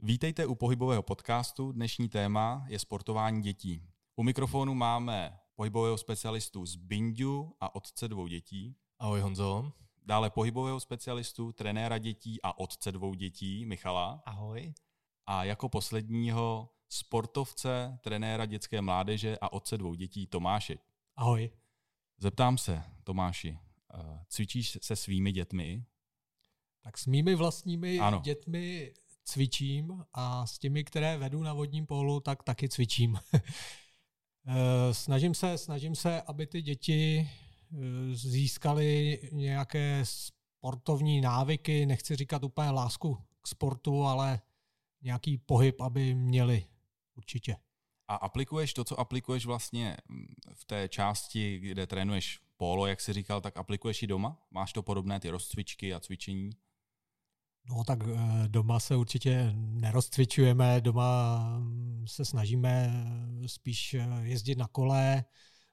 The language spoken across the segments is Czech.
Vítejte u pohybového podcastu. Dnešní téma je sportování dětí. U mikrofonu máme pohybového specialistu z Bindu a otce 2 dětí. Ahoj Honzo. Dále pohybového specialistu, trenéra dětí a otce 2 dětí Michala. Ahoj. A jako posledního sportovce, trenéra dětské mládeže a otce 2 dětí Tomáše. Ahoj. Zeptám se, Tomáši, cvičíš se svými dětmi? Tak s mými vlastními dětmi cvičím a s těmi, které vedu na vodním pólu, tak taky cvičím. Snažím se, aby ty děti získaly nějaké sportovní návyky, nechci říkat úplně lásku k sportu, ale nějaký pohyb, aby měli určitě. A aplikuješ to, co aplikuješ vlastně v té části, kde trénuješ pólo, jak jsi říkal, tak aplikuješ i doma? Máš to podobné ty rozcvičky a cvičení? No tak doma se určitě nerozcvičujeme, doma se snažíme spíš jezdit na kole,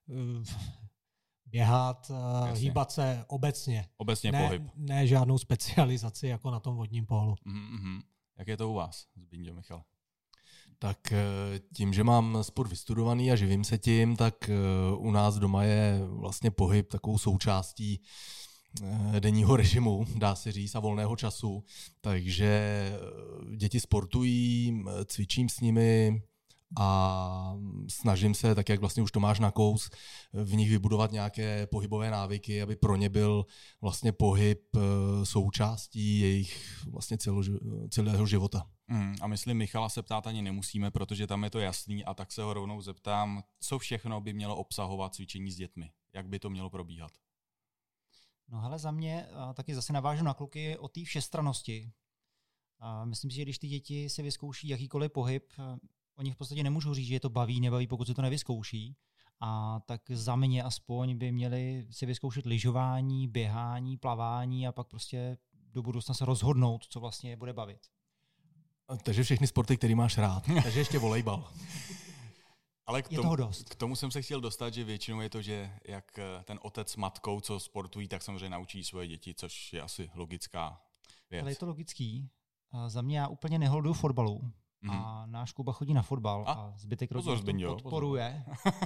běhat, hýbat se obecně. Obecně pohyb. Ne žádnou specializaci jako na tom vodním pólu. Jak je to u vás, Zbinďo, Michal? Tak tím, že mám sport vystudovaný a živím se tím, tak u nás doma je vlastně pohyb takovou součástí denního režimu, dá se říct, a volného času. Takže děti sportují, cvičím s nimi a snažím se, tak jak vlastně už Tomáš nakous, v nich vybudovat nějaké pohybové návyky, aby pro ně byl vlastně pohyb součástí jejich vlastně celého života. A myslím, Michala se ptát ani nemusíme, protože tam je to jasný, a tak se ho rovnou zeptám, co všechno by mělo obsahovat cvičení s dětmi? Jak by to mělo probíhat? No hele, za mě taky zase navážu na kluky o té všestrannosti. Myslím si, že když ty děti si vyzkouší jakýkoliv pohyb, o nich v podstatě nemůžu říct, že je to baví, nebaví, pokud se to nevyzkouší. A tak za mě aspoň by měli si vyzkoušet lyžování, běhání, plavání a pak prostě do budoucna se rozhodnout, co vlastně je bude bavit. Takže všechny sporty, který máš rád. Takže ještě volejbal. Ale dost. K tomu jsem se chtěl dostat, že většinou je to, že jak ten otec s matkou, co sportují, tak samozřejmě naučí svoje děti, což je asi logická věc. Ale je to logický. Za mě já úplně neholduju fotbalu. A náš Kuba chodí na fotbal a zbytek rodiny to podporuje.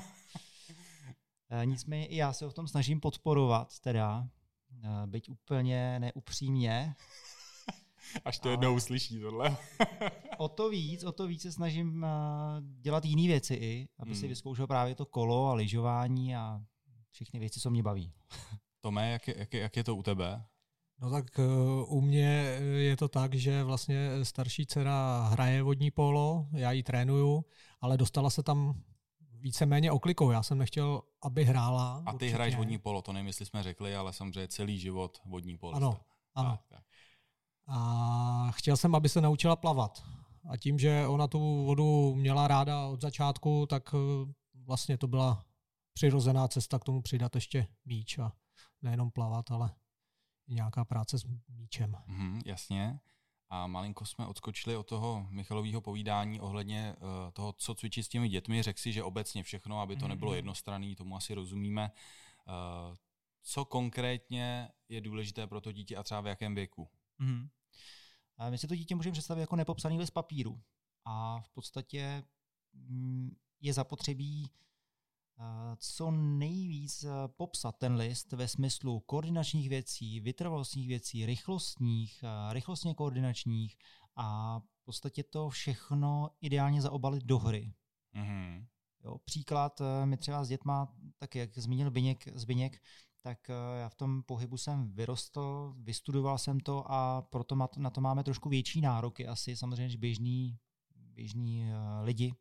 Nicméně i já se v tom snažím podporovat, teda byť úplně neupřímně. Až to jednou uslyší tohle. o to víc se snažím dělat jiné věci i, aby si vyzkoušel právě to kolo a lyžování a všechny věci, co mě baví. Tome, jak je to u tebe? No tak u mě je to tak, že vlastně starší dcera hraje vodní pólo, já ji trénuju, ale dostala se tam víceméně oklikou. Já jsem nechtěl, aby hrála. A ty hraješ vodní pólo, to nevím, jestli jsme řekli, ale samozřejmě celý život vodní pólo. Ano. Tak. A chtěl jsem, aby se naučila plavat. A tím, že ona tu vodu měla ráda od začátku, tak vlastně to byla přirozená cesta k tomu přidat ještě míč a nejenom plavat, ale nějaká práce s míčem. Jasně. A malinko jsme odskočili od toho Michalového povídání ohledně toho, co cvičí s těmi dětmi. Řekl si, že obecně všechno, aby to nebylo jednostranné, tomu asi rozumíme. Co konkrétně je důležité pro to dítě a třeba v jakém věku? My si to dítě můžeme představit jako nepopsaný list papíru. A v podstatě je zapotřebí co nejvíc popsat ten list ve smyslu koordinačních věcí, vytrvalostních věcí, rychlostně koordinačních a v podstatě to všechno ideálně zaobalit do hry. Jo, příklad, my třeba s dětma, tak jak zmínil Zbyněk, tak já v tom pohybu jsem vyrostl, vystudoval jsem to a proto na to máme trošku větší nároky asi samozřejmě než běžní lidi.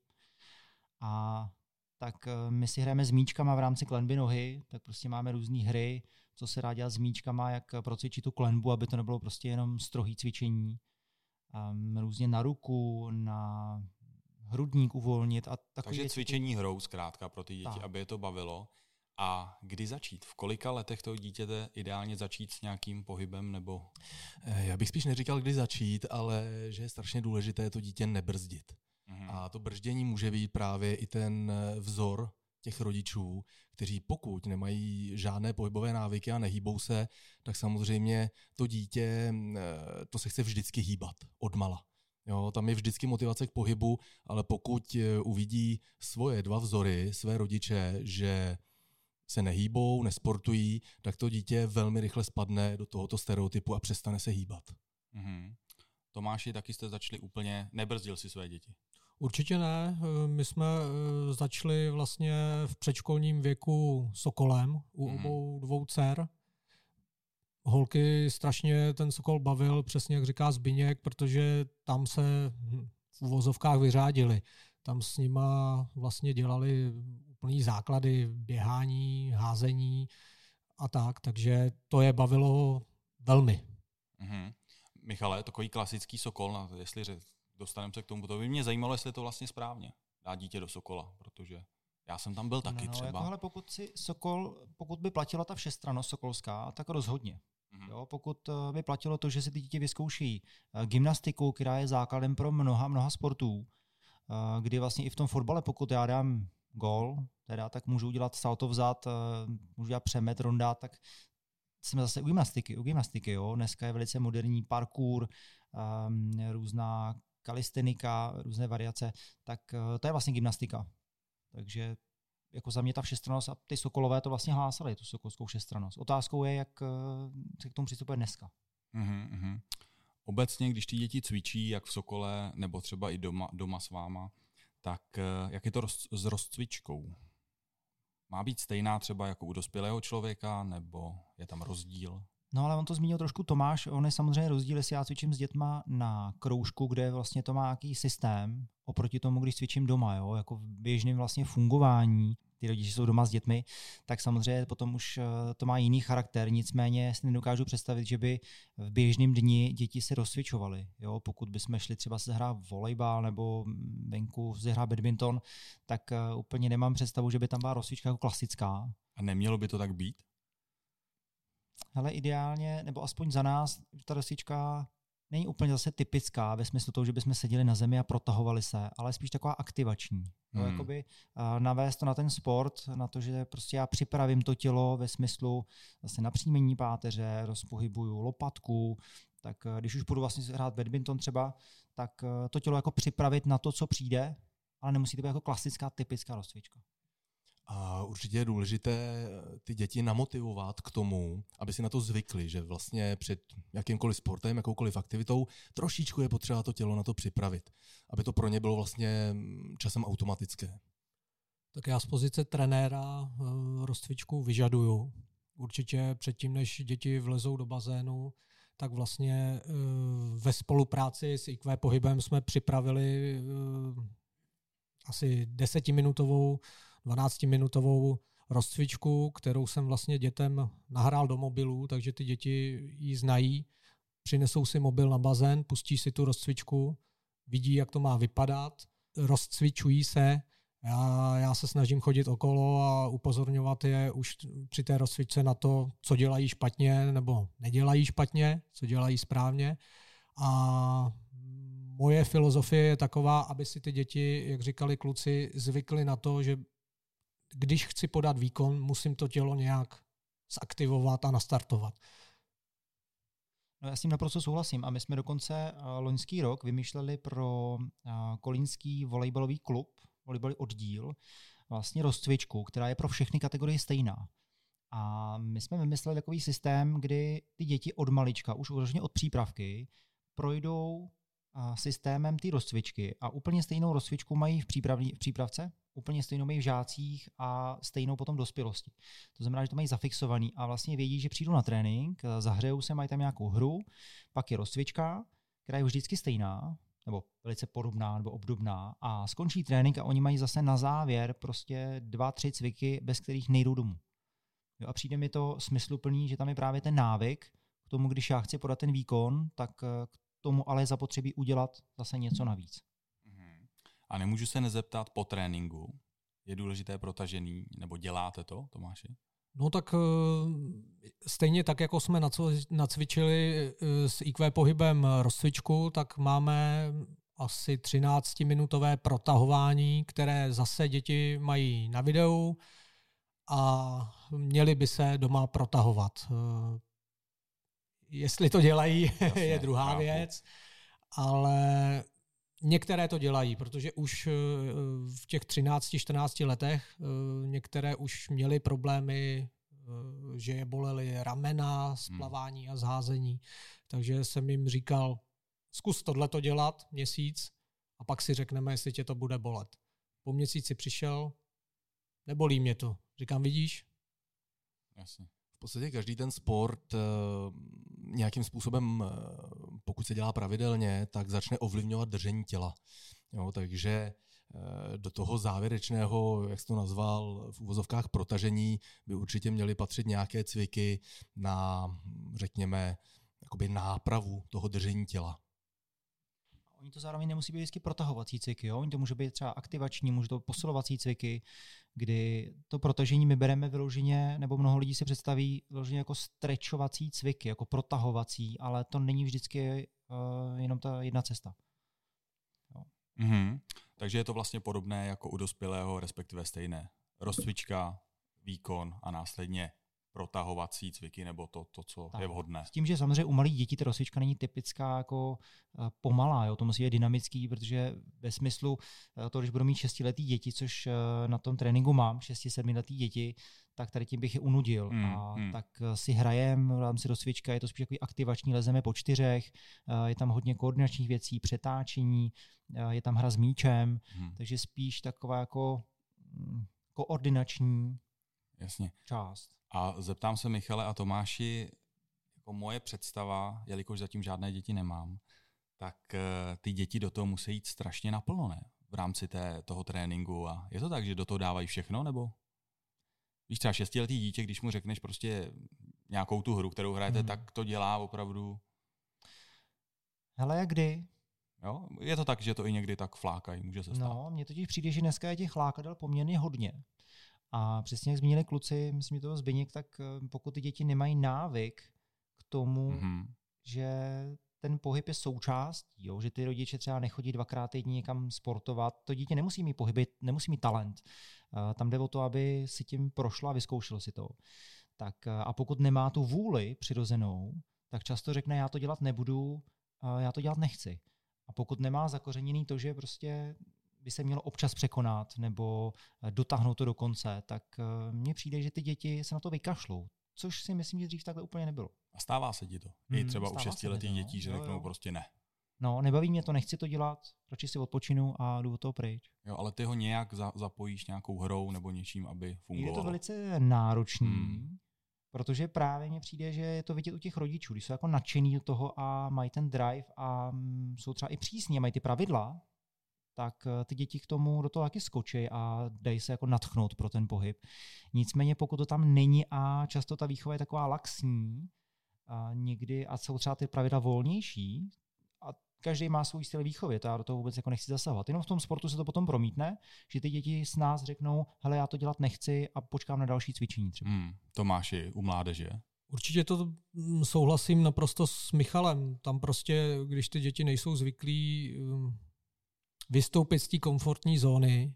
A tak my si hrajeme s míčkama v rámci klenby nohy, tak prostě máme různé hry, co se dá dělat s míčkama, jak procvičit tu klenbu, aby to nebylo prostě jenom strohý cvičení. Různě na ruku, na hrudník uvolnit. Takže cvičení hrou zkrátka pro ty děti, aby je to bavilo. A kdy začít? V kolika letech toho dítěte ideálně začít s nějakým pohybem? Nebo? Já bych spíš neříkal, kdy začít, ale že je strašně důležité to dítě nebrzdit. A to brždění může být právě i ten vzor těch rodičů, kteří pokud nemají žádné pohybové návyky a nehýbou se, tak samozřejmě to dítě to se chce vždycky hýbat odmala. Jo, tam je vždycky motivace k pohybu, ale pokud uvidí svoje 2 vzory, své rodiče, že se nehýbou, nesportují, tak to dítě velmi rychle spadne do tohoto stereotypu a přestane se hýbat. Mm-hmm. Tomáši, taky jste začali úplně, nebrzdil si své děti? Určitě ne. My jsme začali vlastně v předškolním věku Sokolem u obou 2 dcer. Holky strašně ten Sokol bavil, přesně jak říká Zbyněk, protože tam se v uvozovkách vyřádili. Tam s nima vlastně dělali úplný základy běhání, házení a tak, takže to je bavilo velmi. Mm-hmm. Michale, takový klasický Sokol, jestli dostaneme se k tomu, to by mě zajímalo, jestli je to vlastně správně, dát dítě do Sokola, protože já jsem tam byl taky třeba. Jako, hele, pokud by platila ta všestrannost sokolská, tak rozhodně. Jo, pokud by platilo to, že si ty děti vyzkouší gymnastiku, která je základem pro mnoha sportů, kdy vlastně i v tom fotbale, pokud já dám gól, teda, tak můžu udělat salto vzad, můžu dělat přemet, rondát, tak jsme zase u gymnastiky. Jo. Dneska je velice moderní parkour, různá kalistenika, různé variace, tak to je vlastně gymnastika. Takže jako za mě ta všestrannost a ty Sokolové to vlastně hlásali, tu sokolskou všestrannost. Otázkou je, jak se k tomu přistupuje dneska. Mm-hmm. Obecně, když ty děti cvičí, jak v Sokole, nebo třeba i doma s váma, tak jak je to s rozcvičkou? Má být stejná třeba jako u dospělého člověka, nebo je tam rozdíl? No ale on to zmínil trošku Tomáš, on je samozřejmě rozdíl, jestli já cvičím s dětma na kroužku, kde vlastně to má nějaký systém, oproti tomu, když cvičím doma, jo, jako v běžném vlastně fungování, ty rodiče jsou doma s dětmi, tak samozřejmě potom už to má jiný charakter, nicméně si nedokážu představit, že by v běžném dni děti se rozcvičovaly, jo, pokud bychom šli třeba se hrát volejbal nebo venku se hrát badminton, tak úplně nemám představu, že by tam byla rozcvička jako klasická. A nemělo by to tak být? Ale ideálně, nebo aspoň za nás, ta rozcvička není úplně zase typická ve smyslu toho, že bychom seděli na zemi a protahovali se, ale spíš taková aktivační. Jakoby navést to na ten sport, na to, že prostě já připravím to tělo ve smyslu zase napřímení páteře, rozpohybuju lopatku, tak když už budu vlastně hrát badminton třeba, tak to tělo jako připravit na to, co přijde, ale nemusí to být jako klasická, typická rozcvička. A určitě je důležité ty děti namotivovat k tomu, aby si na to zvykli, že vlastně před jakýmkoliv sportem, jakoukoliv aktivitou, trošičku je potřeba to tělo na to připravit, aby to pro ně bylo vlastně časem automatické. Tak já z pozice trenéra rozcvičku vyžaduju. Určitě předtím, než děti vlezou do bazénu, tak vlastně ve spolupráci s IQ pohybem jsme připravili asi 10minutovou 12minutovou rozcvičku, kterou jsem vlastně dětem nahrál do mobilu, takže ty děti ji znají, přinesou si mobil na bazén, pustí si tu rozcvičku, vidí, jak to má vypadat, rozcvičují se. Já se snažím chodit okolo a upozorňovat je už při té rozcvičce na to, co dělají špatně nebo nedělají špatně, co dělají správně. A moje filozofie je taková, aby si ty děti, jak říkali kluci, zvykli na to, že když chci podat výkon, musím to tělo nějak zaktivovat a nastartovat. No já s tím naprosto souhlasím a my jsme dokonce loňský rok vymýšleli pro kolínský volejbalový klub, volejbalový oddíl, vlastně rozcvičku, která je pro všechny kategorie stejná. A my jsme vymysleli takový systém, kdy ty děti od malička, už od přípravky, projdou systémem ty rozcvičky a úplně stejnou rozcvičku mají v přípravce, úplně stejnou mají v žácích a stejnou potom v dospělosti. To znamená, že to mají zafixovaný a vlastně vědí, že přijdou na trénink, zahřejou se, mají tam nějakou hru, pak je rozcvička, která je vždycky stejná, nebo velice podobná nebo obdobná a skončí trénink a oni mají zase na závěr prostě 2-3 cviky, bez kterých nejdou domů. Jo, a přijde mi to smysluplný, že tam je právě ten návyk k tomu, když já chci podat ten výkon, tak k tomu ale zapotřebí udělat zase něco navíc. A nemůžu se nezeptat po tréninku, je důležité protažený, nebo děláte to, Tomáši? No tak stejně tak, jako jsme nacvičili s IQ pohybem rozcvičku, tak máme asi 13-minutové protahování, které zase děti mají na videu a měli by se doma protahovat. Jestli to dělají, je druhá věc, ale Některé to dělají, protože už v těch 13-14 letech některé už měly problémy, že je bolely ramena z plavání a z házení. Takže jsem jim říkal, zkus tohleto dělat měsíc a pak si řekneme, jestli tě to bude bolet. Po měsíci přišel, nebolí mě to. Říkám, vidíš? Jasně. V podstatě každý ten sport nějakým způsobem, pokud se dělá pravidelně, tak začne ovlivňovat držení těla. Jo, takže do toho závěrečného, jak jsi to nazval, v uvozovkách protažení, by určitě měly patřit nějaké cviky na, řekněme, jakoby nápravu toho držení těla. Oni to zároveň nemusí být vždycky protahovací cviky, jo? Oni to může být třeba aktivační, může to posilovací cviky, kdy to protažení my bereme vyloženě, nebo mnoho lidí si představí vyloženě jako stretchovací cviky, jako protahovací, ale to není vždycky jenom ta jedna cesta. Jo. Takže je to vlastně podobné jako u dospělého, respektive stejné. Rozcvička, výkon a následně protahovací cviky nebo to co tak je vhodné. S tím, že samozřejmě u malých dětí ta rozcvička není typická jako pomalá, jo? To musí být dynamický, protože ve smyslu to, když budu mít 6letý děti, což na tom tréninku mám, 6-7letý děti, tak tady tím bych je unudil. Tak si hrajem v rámci rozcvička, je to spíš takový aktivační, lezeme po 4, je tam hodně koordinačních věcí, přetáčení, je tam hra s míčem, takže spíš taková jako koordinační část. A zeptám se Michale a Tomáši, jako moje představa, jelikož zatím žádné děti nemám, tak ty děti do toho musí jít strašně naplno, ne? V rámci toho tréninku. A je to tak, že do toho dávají všechno, nebo? Víš, třeba 6letý dítě, když mu řekneš prostě nějakou tu hru, kterou hrajete, tak to dělá opravdu. Hele, jak kdy? Jo? Je to tak, že to i někdy tak flákají, může se stát. No, mně totiž přijde, že dneska je těch flákadel poměrně hodně. A přesně jak zmínili kluci, myslím, že toho Zbyněk, tak pokud ty děti nemají návyk k tomu, že ten pohyb je součástí, jo? Že ty rodiče třeba nechodí 2x týdně někam sportovat, to dítě nemusí mít pohyby, nemusí mít talent. Tam jde o to, aby si tím prošlo a vyzkoušelo si to. Tak, a pokud nemá tu vůli přirozenou, tak často řekne, já to dělat nebudu, já to dělat nechci. A pokud nemá zakořeněný to, že prostě by se mělo občas překonat nebo dotáhnout to do konce, tak mně přijde, že ty děti se na to vykašlou. Což si myslím, že dřív takhle úplně nebylo. A stává se ti to. I třeba u 6letých dětí, že řeknou prostě ne. No, nebaví mě to, nechci to dělat, radši si odpočinu a jdu od toho pryč. Jo, ale ty ho nějak zapojíš nějakou hrou nebo něčím, aby fungovalo. Je to velice náročný, protože právě mně přijde, že je to vidět u těch rodičů, když jsou jako nadšený do toho a mají ten drive a jsou třeba i přísní a mají ty pravidla, tak ty děti k tomu do toho taky skočí a dají se jako nadchnout pro ten pohyb. Nicméně pokud to tam není a často ta výchova je taková laxní a někdy a jsou třeba ty pravidla volnější a každý má svůj styl výchovy, to já do toho vůbec jako nechci zasahovat. Jenom v tom sportu se to potom promítne, že ty děti s nás řeknou, hele, já to dělat nechci a počkám na další cvičení třeba. Tomáši, u mládeže? Určitě to souhlasím naprosto s Michalem. Tam prostě, když ty děti nejsou zvyklí vystoupit z té komfortní zóny,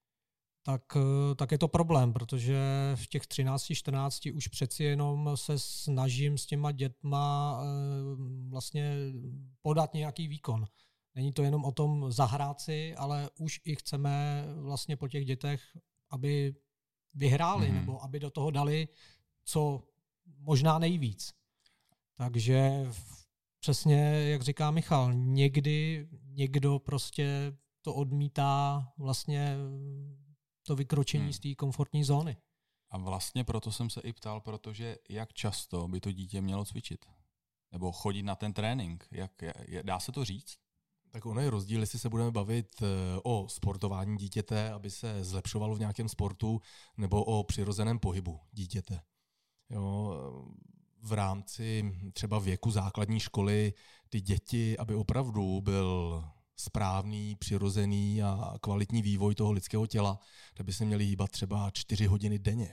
tak je to problém, protože v těch 13-14 už přeci jenom se snažím s těma dětma vlastně podat nějaký výkon. Není to jenom o tom zahrát si, ale už i chceme vlastně po těch dětech, aby vyhráli nebo aby do toho dali co možná nejvíc. Takže přesně, jak říká Michal, někdy někdo prostě to odmítá vlastně to vykročení z té komfortní zóny. A vlastně proto jsem se i ptal, protože jak často by to dítě mělo cvičit? Nebo chodit na ten trénink? Dá se to říct? Tak ono je rozdíl, jestli se budeme bavit o sportování dítěte, aby se zlepšovalo v nějakém sportu, nebo o přirozeném pohybu dítěte. Jo, v rámci třeba věku základní školy ty děti, aby opravdu byl správný, přirozený a kvalitní vývoj toho lidského těla, tak by se měli hýbat třeba 4 hodiny denně.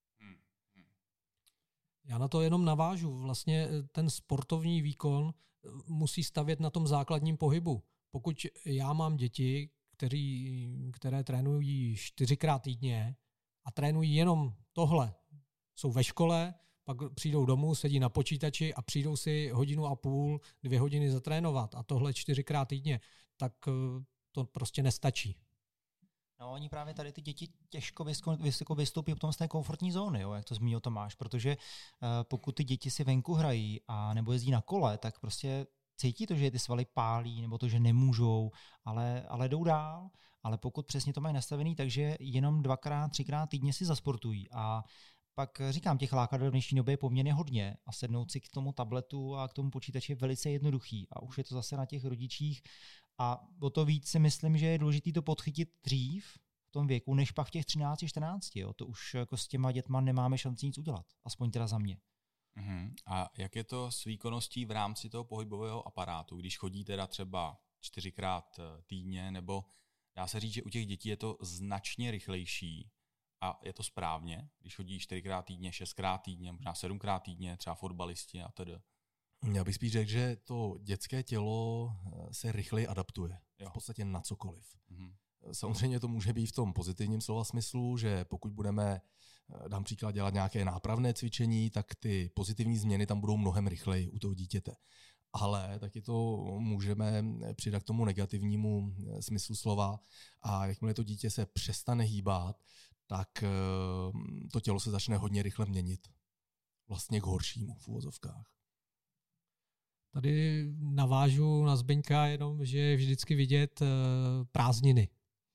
Já na to jenom navážu. Vlastně ten sportovní výkon musí stavět na tom základním pohybu. Pokud já mám děti, které trénují 4x týdně a trénují jenom tohle, jsou ve škole, pak přijdou domů, sedí na počítači a přijdou si 1,5 hodiny, 2 hodiny zatrénovat a tohle 4krát týdně, tak to prostě nestačí. No, oni právě tady ty děti těžko vysoko vystoupí potom z té komfortní zóny, jo, jak to zmínil Tomáš, protože pokud ty děti si venku hrají a nebo jezdí na kole, tak prostě cítí to, že ty svaly pálí, nebo to, že nemůžou, ale jdou dál. Ale pokud přesně to mají nastavený, takže jenom 2x, 3x týdně si zasportují. A pak říkám, těch lákadel v dnešní době je poměrně hodně a sednout si k tomu tabletu a k tomu počítači je velice jednoduchý. A už je to zase na těch rodičích. A o to víc si myslím, že je důležité to podchytit dřív v tom věku, než pak v těch 13, 14. Jo. To už jako s těma dětma nemáme šanci nic udělat. Aspoň teda za mě. A jak je to s výkonností v rámci toho pohybového aparátu, když chodí teda třeba 4x týdně, nebo dá se říct, že u těch dětí je to značně rychlejší a je to správně, když chodí 4x týdně, 6x týdně, možná 7x týdně, třeba fotbalisti a tedy. Já bych spíš řekl, že to dětské tělo se rychleji adaptuje. V podstatě na cokoliv. Samozřejmě to může být v tom pozitivním slova smyslu, že pokud budeme, dám příklad, dělat nějaké nápravné cvičení, tak ty pozitivní změny tam budou mnohem rychleji u toho dítěte. Ale taky to můžeme přidat k tomu negativnímu smyslu slova a jakmile to dítě se přestane hýbat, tak to tělo se začne hodně rychle měnit. Vlastně k horšímu v uvozovkách. Tady navážu na Zbyňka jenom, že je vždycky vidět prázdniny.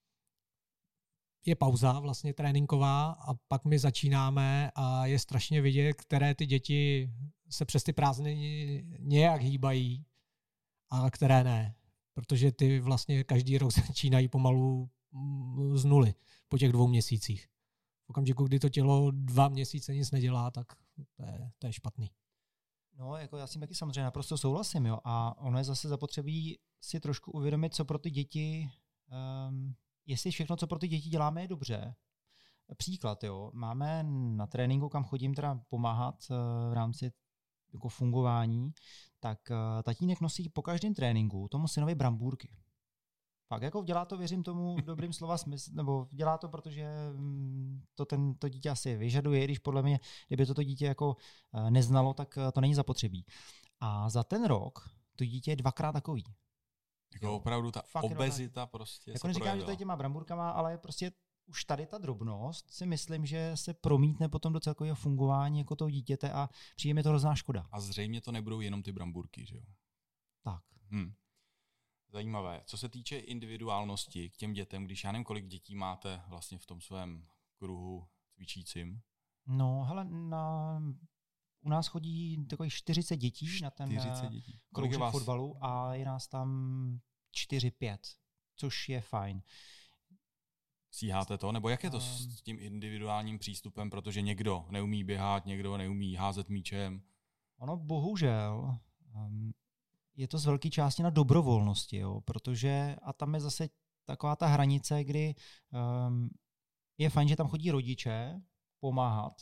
Je pauza vlastně tréninková a pak my začínáme a je strašně vidět, které ty děti se přes ty prázdniny nějak hýbají a které ne. Protože ty vlastně každý rok začínají pomalu z nuly po těch 2 měsících. V okamžiku, kdy to tělo 2 měsíce nic nedělá, tak to je špatný. No, jako já s tím taky samozřejmě naprosto souhlasím, jo. A ono je zase zapotřebí si trošku uvědomit, co pro ty děti, jestli všechno, co pro ty děti děláme, je dobře. Příklad, jo. Máme na tréninku, kam chodím teda pomáhat v rámci jako fungování, tak tatínek nosí po každém tréninku tomu synovi brambůrky. Fakt, jako dělá to, věřím tomu dobrým slova smysl, nebo dělá to, protože to dítě asi vyžaduje, když podle mě, kdyby to dítě jako neznalo, tak to není zapotřebí. A za ten rok to dítě je 2x takový. Jako opravdu ta fakt obezita prostě jako neříkám, že to je těma brambůrkama, ale prostě už tady ta drobnost si myslím, že se promítne potom do celkového fungování jako toho dítěte a přijde mi to hrozná škoda. A zřejmě to nebudou jenom ty brambůrky, že jo? Tak. Zajímavé. Co se týče individuálnosti k těm dětem, když já nevím, kolik dětí máte vlastně v tom svém kruhu cvičícím? No, hele, u nás chodí takových 40 dětí na ten kroužek fotbalu a je nás tam 4-5, což je fajn. Stíháte to? Nebo jak je to s tím individuálním přístupem, protože někdo neumí běhat, někdo neumí házet míčem? Ono bohužel je to z velké části na dobrovolnosti, jo, protože a tam je zase taková ta hranice, kdy je fajn, že tam chodí rodiče pomáhat.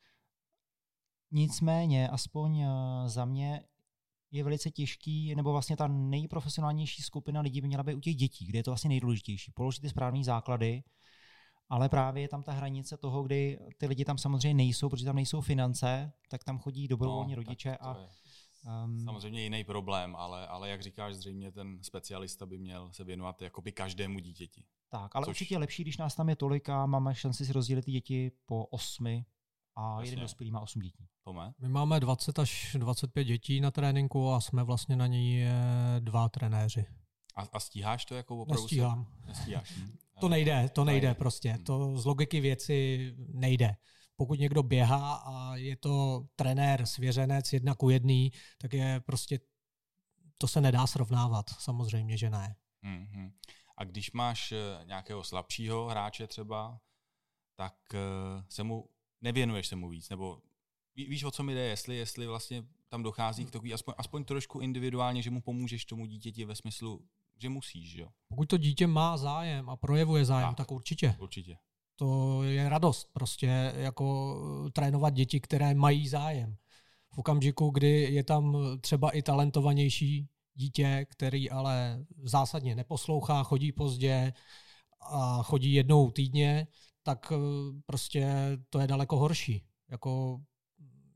Nicméně, aspoň za mě je velice těžký, nebo vlastně ta nejprofesionálnější skupina lidí by měla být u těch dětí, kde je to vlastně nejdůležitější. Položit ty správné základy, ale právě je tam ta hranice toho, kdy ty lidi tam samozřejmě nejsou, protože tam nejsou finance, tak tam chodí dobrovolní rodiče a samozřejmě jiný problém, ale jak říkáš, zřejmě ten specialista by měl se věnovat jakoby každému dítěti. Tak, ale určitě je lepší, když nás tam je tolik a máme šanci si rozdělit ty děti po 8 a jeden dospělý má 8 dětí. Tome? My máme 20 až 25 dětí na tréninku a jsme vlastně na ní 2 trenéři. A stíháš to jako opravdu? Nestíháš. To nejde prostě. To z logiky věci nejde. Pokud někdo běhá a je to trenér, svěřenec 1:1, tak je prostě, to se nedá srovnávat. Samozřejmě, že ne. A když máš nějakého slabšího hráče třeba, tak nevěnuješ se mu víc, nebo víš, o co mi jde, jestli vlastně tam dochází k takový aspoň trošku individuálně, že mu pomůžeš tomu dítěti ve smyslu, že musíš, jo? Pokud to dítě má zájem a projevuje zájem, tak určitě. Určitě. To je radost prostě jako trénovat děti, které mají zájem. V okamžiku, kdy je tam třeba i talentovanější dítě, který ale zásadně neposlouchá, chodí pozdě a chodí 1 týdně, tak prostě to je daleko horší. Jako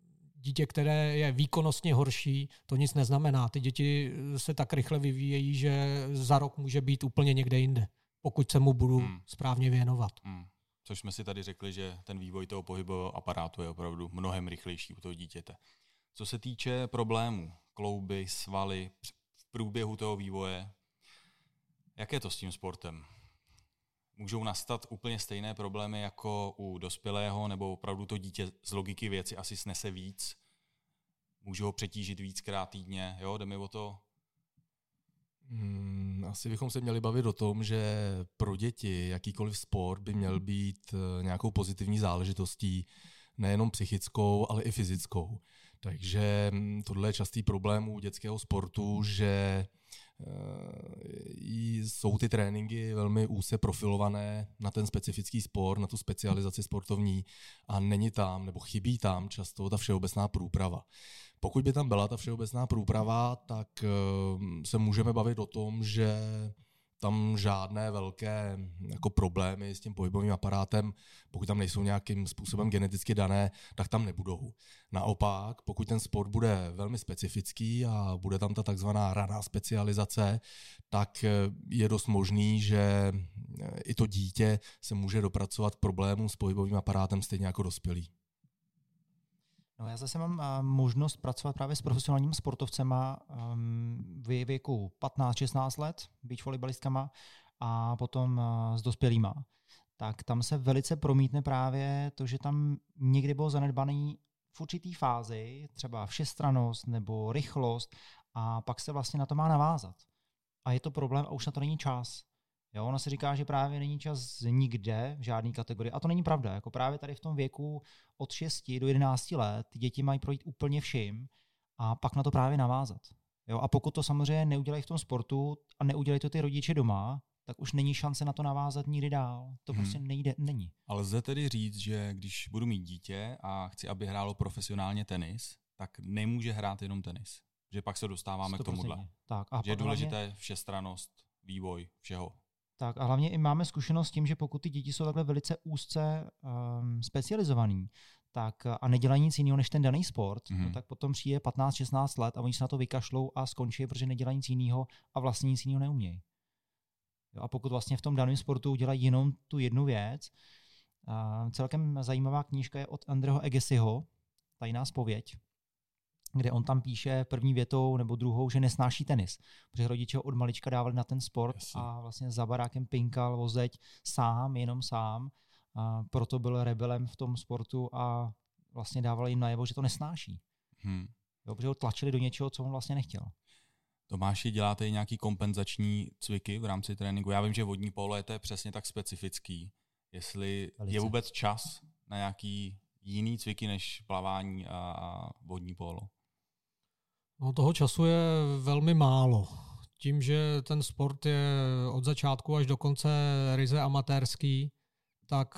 dítě, které je výkonnostně horší, to nic neznamená. Ty děti se tak rychle vyvíjejí, že za rok může být úplně někde jinde, pokud se mu budu správně věnovat. Což jsme si tady řekli, že ten vývoj toho pohybového aparátu je opravdu mnohem rychlejší u toho dítěte. Co se týče problémů, klouby, svaly v průběhu toho vývoje, jak je to s tím sportem? Můžou nastat úplně stejné problémy jako u dospělého, nebo opravdu to dítě z logiky věci asi snese víc? Můžu ho přetížit víckrát týdně? Jo, jde mi o to? Asi bychom se měli bavit o tom, že pro děti jakýkoliv sport by měl být nějakou pozitivní záležitostí, nejenom psychickou, ale i fyzickou. Takže tohle je častý problém u dětského sportu, že jsou ty tréninky velmi úzce profilované na ten specifický sport, na tu specializaci sportovní a není tam, nebo chybí tam často ta všeobecná průprava. Pokud by tam byla ta všeobecná průprava, tak se můžeme bavit o tom, že tam žádné velké jako problémy s tím pohybovým aparátem, pokud tam nejsou nějakým způsobem geneticky dané, tak tam nebudou. Naopak, pokud ten sport bude velmi specifický a bude tam ta takzvaná raná specializace, tak je dost možný, že i to dítě se může dopracovat k problémům s pohybovým aparátem stejně jako dospělý. No, já zase mám možnost pracovat právě s profesionálními sportovcema v věku 15-16 let, beach volejbalistkama a potom s dospělýma. Tak tam se velice promítne právě to, že tam někdy bylo zanedbaný v určitý fázi, třeba všestrannost nebo rychlost a pak se vlastně na to má navázat. A je to problém a už na to není čas. Jo, ono se říká, že právě není čas nikde v žádné kategorii. A to není pravda. Jako právě tady v tom věku od 6 do 11 let ty děti mají projít úplně vším a pak na to právě navázat. Jo, a pokud to samozřejmě neudělají v tom sportu a neudělají to ty rodiče doma, tak už není šance na to navázat nikdy dál. To prostě není. Ale lze tedy říct, že když budu mít dítě a chci, aby hrálo profesionálně tenis, tak nemůže hrát jenom tenis. Že pak se dostáváme 100%. K tomuhle. Tak, a že je důležité všestrannost, vývoj všeho. Tak a hlavně i máme zkušenost s tím, že pokud ty děti jsou takhle velice úzce specializovaný, tak a nedělají nic jiného než ten daný sport, no, tak potom přijde 15-16 let a oni se na to vykašlou a skončí, protože nedělají nic jiného a vlastně nic jiného neumějí. Jo, a pokud vlastně v tom daném sportu dělají jenom tu jednu věc, celkem zajímavá knížka je od Andreho Agassiho, Tajná zpověď, kde on tam píše první větou nebo druhou, že nesnáší tenis, protože rodiče ho od malička dávali na ten sport a vlastně za barákem pinkal o zeď sám, jenom sám, a proto byl rebelem v tom sportu a vlastně dávali jim najevo, že to nesnáší. Jo, protože ho tlačili do něčeho, co on vlastně nechtěl. Tomáši, děláte i nějaký kompenzační cviky v rámci tréninku? Já vím, že vodní polo je to přesně tak specifický. Jestli je vůbec čas na nějaký jiný cviky než plavání a vodní polo? No, toho času je velmi málo. Tím, že ten sport je od začátku až do konce ryze amatérský, tak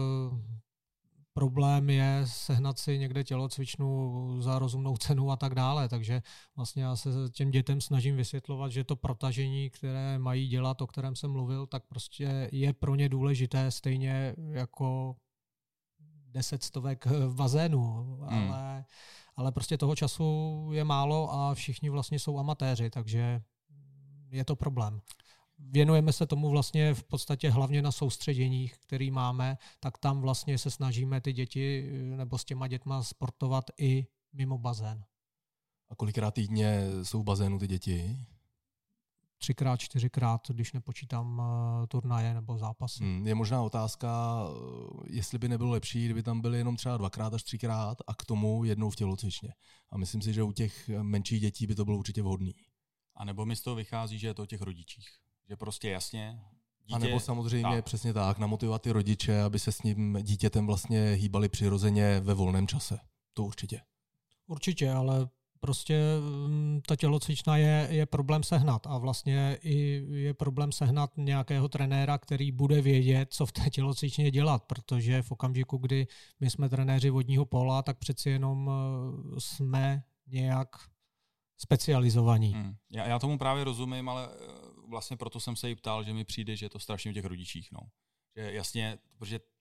problém je sehnat si někde tělocvičnu za rozumnou cenu a tak dále. Takže vlastně já se těm dětem snažím vysvětlovat, že to protažení, které mají dělat, o kterém jsem mluvil, tak prostě je pro ně důležité stejně jako 10 stovek v bazénu. Ale prostě toho času je málo a všichni vlastně jsou amatéři, takže je to problém. Věnujeme se tomu vlastně v podstatě hlavně na soustředěních, který máme, tak tam vlastně se snažíme ty děti nebo s těma dětma sportovat i mimo bazén. A kolikrát týdně jsou v bazénu ty děti? 3x, 4x, když nepočítám turnaje nebo zápasy. Je možná otázka, jestli by nebylo lepší, kdyby tam byly jenom třeba 2x až 3x a k tomu jednou v tělocvičně. A myslím si, že u těch menších dětí by to bylo určitě vhodný. A nebo mi z toho vychází, že je to o těch rodičích. Že prostě jasně dítě... A nebo samozřejmě přesně tak, namotivovat ty rodiče, aby se s ním dítětem vlastně hýbali přirozeně ve volném čase. To určitě. Určitě, ale prostě ta tělocvična je problém sehnat a vlastně i je problém sehnat nějakého trenéra, který bude vědět, co v té tělocvičně dělat, protože v okamžiku, kdy my jsme trenéři vodního pola, tak přeci jenom jsme nějak specializovaní. Já tomu právě rozumím, ale vlastně proto jsem se jí ptal, že mi přijde, že je to strašně v těch rodičích. No. Že jasně, protože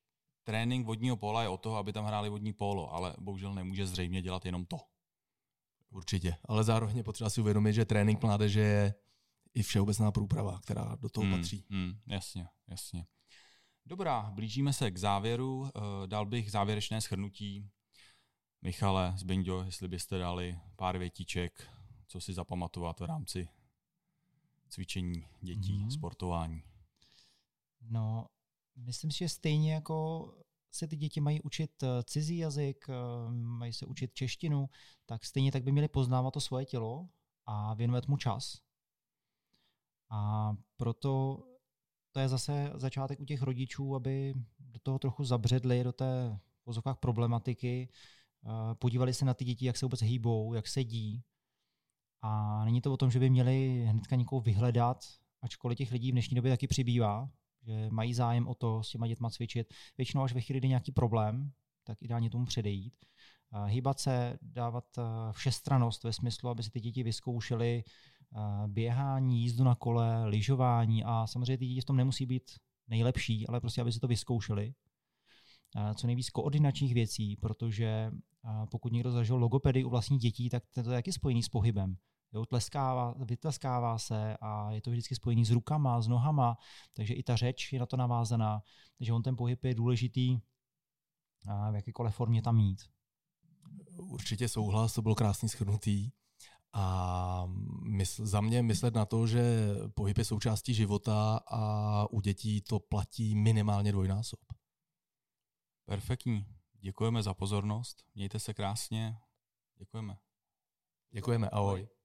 trénink vodního póla je o toho, aby tam hráli vodní pólo, ale bohužel nemůže zřejmě dělat jenom to. Určitě, ale zároveň je potřeba si uvědomit, že trénink mládeže je i všeobecná průprava, která do toho patří. Jasně. Dobrá, blížíme se k závěru. Dal bych závěrečné shrnutí. Michale, Zbyňďo, jestli byste dali pár větíček, co si zapamatovat v rámci cvičení dětí, sportování. No, myslím si, že stejně jako se ty děti mají učit cizí jazyk, mají se učit češtinu, tak stejně tak by měli poznávat to svoje tělo a věnovat mu čas. A proto to je zase začátek u těch rodičů, aby do toho trochu zabředli, do té v vozovkách problematiky, podívali se na ty děti, jak se vůbec hýbou, jak sedí. A není to o tom, že by měli hnedka někoho vyhledat, ačkoliv těch lidí v dnešní době taky přibývá, že mají zájem o to s těma dětma cvičit. Většinou až ve chvíli, kdy nějaký problém, tak ideálně tomu předejít. Hýbat se, dávat všestrannost ve smyslu, aby si ty děti vyzkoušely běhání, jízdu na kole, lyžování a samozřejmě ty děti v tom nemusí být nejlepší, ale prostě aby si to vyzkoušeli. Co nejvíc koordinačních věcí, protože pokud někdo zažil logopedii u vlastních dětí, tak to je taky spojený s pohybem. Jo, vytleskává se a je to vždycky spojený s rukama, s nohama, takže i ta řeč je na to navázaná, takže on ten pohyb je důležitý v jakékoliv formě tam mít. Určitě souhlas, to bylo krásný shrnutý. A za mě myslet na to, že pohyb je součástí života a u dětí to platí minimálně dvojnásob. Perfektní. Děkujeme za pozornost. Mějte se krásně. Děkujeme. Děkujeme. Ahoj.